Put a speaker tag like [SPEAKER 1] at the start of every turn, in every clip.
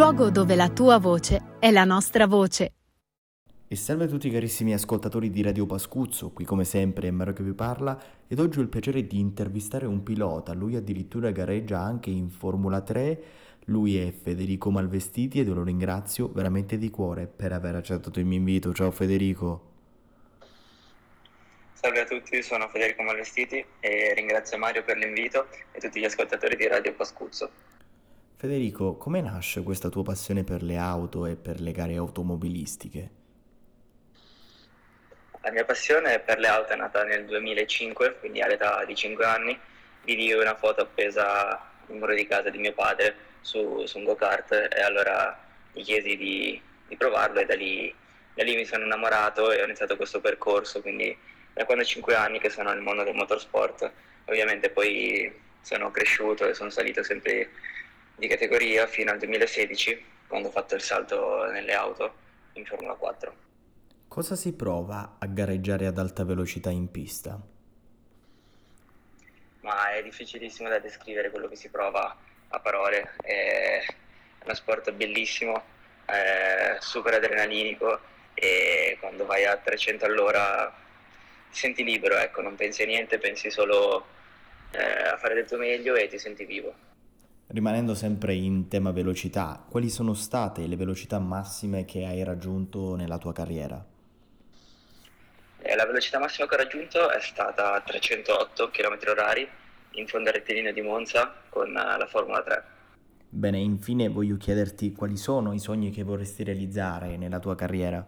[SPEAKER 1] luogo dove la tua voce è la nostra voce.
[SPEAKER 2] E salve a tutti carissimi ascoltatori di Radio Pascuzzo, qui come sempre è Mario che vi parla ed oggi ho il piacere di intervistare un pilota, lui addirittura gareggia anche in Formula 3, lui è Federico Malvestiti ed io lo ringrazio veramente di cuore per aver accettato il mio invito. Ciao Federico.
[SPEAKER 3] Salve a tutti, sono Federico Malvestiti e ringrazio Mario per l'invito e tutti gli ascoltatori di Radio Pascuzzo.
[SPEAKER 2] Federico, come nasce questa tua passione per le auto e per le gare automobilistiche?
[SPEAKER 3] La mia passione per le auto è nata nel 2005, quindi all'età di 5 anni. Vidi una foto appesa al muro di casa di mio padre su un go-kart e allora gli chiesi di provarlo e da lì mi sono innamorato e ho iniziato questo percorso, quindi da quando ho 5 anni che sono nel mondo del motorsport. Ovviamente poi sono cresciuto e sono salito sempre di categoria fino al 2016, quando ho fatto il salto nelle auto in Formula 4.
[SPEAKER 2] Cosa si prova a gareggiare ad alta velocità in pista?
[SPEAKER 3] Ma è difficilissimo da descrivere quello che si prova a parole. È uno sport bellissimo, super adrenalinico e quando vai a 300 all'ora ti senti libero, ecco, non pensi a niente, pensi solo a fare del tuo meglio e ti senti vivo.
[SPEAKER 2] Rimanendo sempre in tema velocità, quali sono state le velocità massime che hai raggiunto nella tua carriera?
[SPEAKER 3] La velocità massima che ho raggiunto è stata 308 km/h in fondo al rettilineo di Monza con la Formula 3.
[SPEAKER 2] Bene, infine voglio chiederti quali sono i sogni che vorresti realizzare nella tua carriera?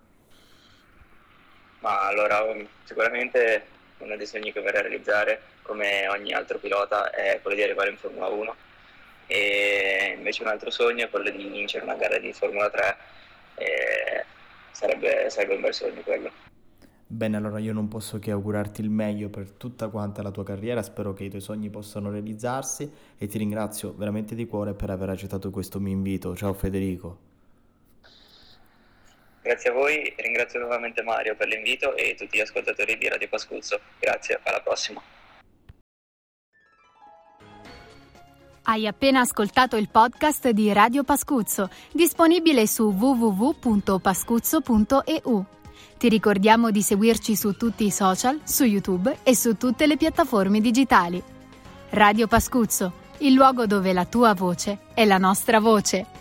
[SPEAKER 3] Ma allora, sicuramente uno dei sogni che vorrei realizzare, come ogni altro pilota, è quello di arrivare in Formula 1 e invece un altro sogno è quello di vincere una gara di Formula 3 e sarebbe un bel sogno quello.
[SPEAKER 2] Bene, allora io non posso che augurarti il meglio per tutta quanta la tua carriera, spero che i tuoi sogni possano realizzarsi e ti ringrazio veramente di cuore per aver accettato questo mio invito. Ciao Federico.
[SPEAKER 3] Grazie a voi, ringrazio nuovamente Mario per l'invito e tutti gli ascoltatori di Radio Pascuzzo. Grazie, alla prossima.
[SPEAKER 1] Hai appena ascoltato il podcast di Radio Pascuzzo, disponibile su www.pascuzzo.eu. Ti ricordiamo di seguirci su tutti i social, su YouTube e su tutte le piattaforme digitali. Radio Pascuzzo, il luogo dove la tua voce è la nostra voce.